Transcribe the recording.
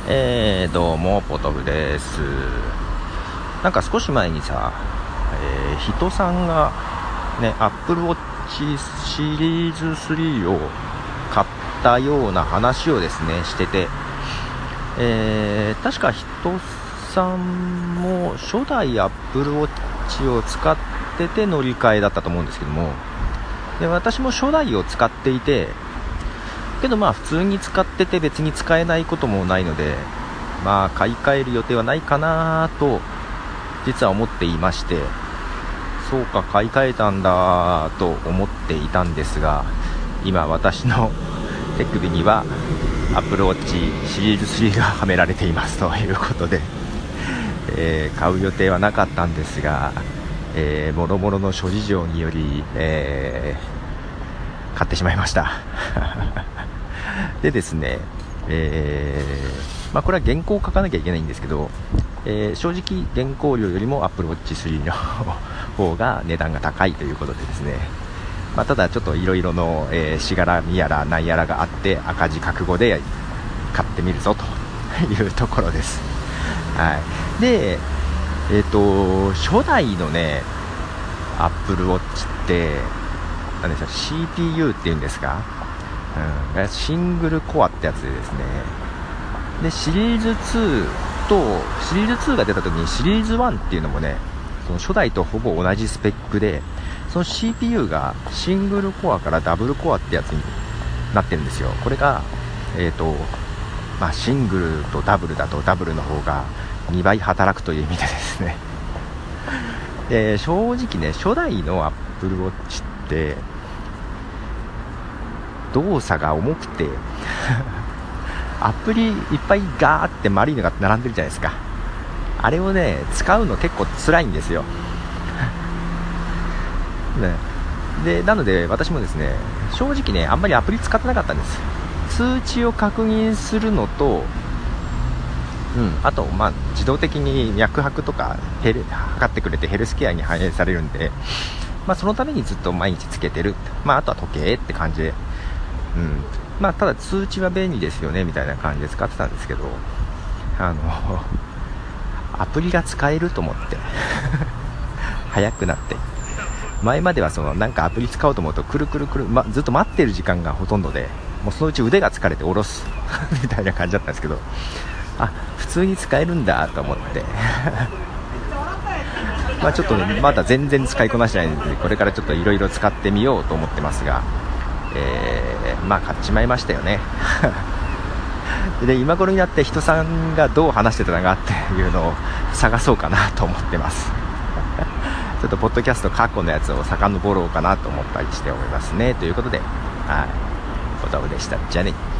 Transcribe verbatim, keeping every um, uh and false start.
えー、どうもポトフです。なんか少し前にさ、えー、人さんがね Apple Watch シリーズスリーを買ったような話をですねしてて、えー、確か人さんも初代 Apple Watch を使ってて乗り換えだったと思うんですけども、で私も初代を使っていて、けどまあ普通に使ってて別に使えないこともないので、まあ買い替える予定はないかなと実は思っていまして、そうか買い替えたんだと思っていたんですが、今私の手首には Apple Watch シリーズスリーがはめられていますということで、えー、買う予定はなかったんですが、えー、もろもろの諸事情により、えー、買ってしまいましたでですね、えーまあ、これは原稿を書かなきゃいけないんですけど、えー、正直原稿料よりも Apple Watch スリーの方が値段が高いということでですね、まあ、ただちょっといろいろの、えー、しがらみやらなんやらがあって赤字覚悟で買ってみるぞというところです。はい、で、えーと、初代のね Apple Watch って何でしょう、 シーピーユー っていうんですか、うん、シングルコアってやつでですね、でシリーズツーとシリーズツーが出た時にシリーズワンっていうのもね、その初代とほぼ同じスペックで、その シーピーユー がシングルコアからダブルコアってやつになってるんですよ。これが、えーとまあ、シングルとダブルだとダブルの方がにばい働くという意味でですねで正直ね、初代の Apple Watch って動作が重くてアプリいっぱいガーって丸いのが並んでるじゃないですか。あれをね使うの結構辛いんですよね、でなので私もですね、正直ねあんまりアプリ使ってなかったんです。通知を確認するのと、うん、あとまあ自動的に脈拍とかヘル測ってくれてヘルスケアに反映されるんで、まあそのためにずっと毎日つけてる、まああとは時計って感じで、うん、まあただ通知は便利ですよねみたいな感じで使ってたんですけど、あのアプリが使えると思って早くなって、前まではそのなんかアプリ使おうと思うとくるくるくる、ま、ずっと待ってる時間がほとんどで、もうそのうち腕が疲れて下ろすみたいな感じだったんですけど、あ、普通に使えるんだと思ってまあちょっとねまだ全然使いこなしてないので、これからちょっといろいろ使ってみようと思ってますが、えー、まあ買っちまいましたよねで今頃になって人さんがどう話してたのかっていうのを探そうかなと思ってますちょっとポッドキャスト過去のやつを遡ろうかなと思ったりしておりますね。ということで、はい、ポトフでした。じゃあね。